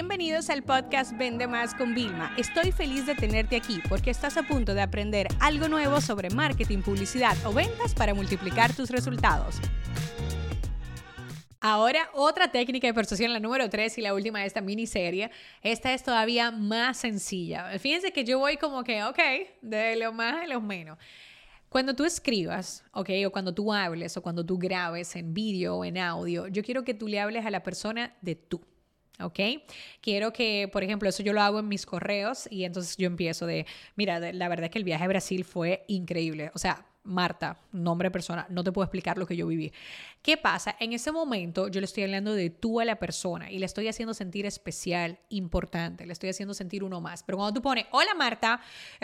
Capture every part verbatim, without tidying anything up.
Bienvenidos al podcast Vende Más con Vilma. Estoy feliz de tenerte aquí porque estás a punto de aprender algo nuevo sobre marketing, publicidad o ventas para multiplicar tus resultados. Ahora, otra técnica de persuasión, la número tres y la última de esta miniserie. Esta es todavía más sencilla. Fíjense que yo voy como que, ok, de lo más a lo menos. Cuando tú escribas, ok, o cuando tú hables, o cuando tú grabes en vídeo o en audio, yo quiero que tú le hables a la persona de tú. ¿Ok? Quiero que, por ejemplo, eso yo lo hago en mis correos y entonces yo empiezo de, mira, la verdad es que el viaje a Brasil fue increíble. O sea, Marta, nombre de persona, no te puedo explicar lo que yo viví. ¿Qué pasa? En ese momento yo le estoy hablando de tú a la persona y le estoy haciendo sentir especial, importante, le estoy haciendo sentir uno más. Pero cuando tú pones, hola Marta,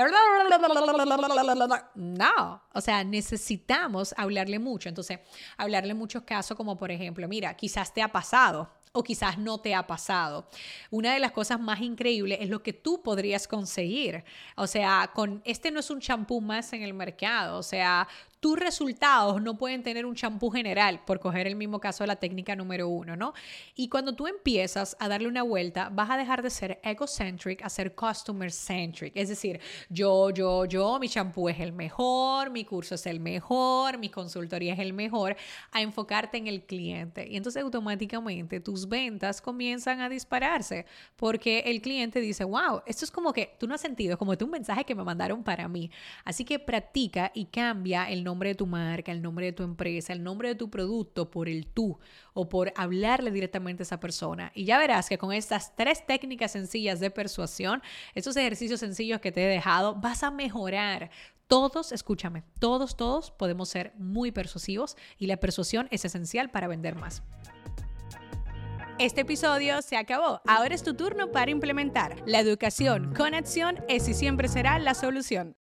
no, o sea, necesitamos hablarle mucho. Entonces, hablarle en muchos casos como, por ejemplo, mira, quizás te ha pasado. O quizás no te ha pasado. Una de las cosas más increíbles es lo que tú podrías conseguir. O sea, con este no es un champú más en el mercado. O sea, tus resultados no pueden tener un champú general, por coger el mismo caso de la técnica número uno, ¿no? Y cuando tú empiezas a darle una vuelta, vas a dejar de ser egocentric a ser customer centric. Es decir, yo, yo, yo, mi champú es el mejor, mi curso es el mejor, mi consultoría es el mejor, a enfocarte en el cliente. Y entonces automáticamente tus ventas comienzan a dispararse porque el cliente dice, wow, esto es como que tú no has sentido, es como un mensaje que me mandaron para mí. Así que practica y cambia el nombre de tu marca, el nombre de tu empresa, el nombre de tu producto por el tú o por hablarle directamente a esa persona. Y ya verás que con estas tres técnicas sencillas de persuasión, estos ejercicios sencillos que te he dejado, vas a mejorar. Todos, escúchame, todos, todos podemos ser muy persuasivos y la persuasión es esencial para vender más. Este episodio se acabó. Ahora es tu turno para implementar. La educación con acción es y siempre será la solución.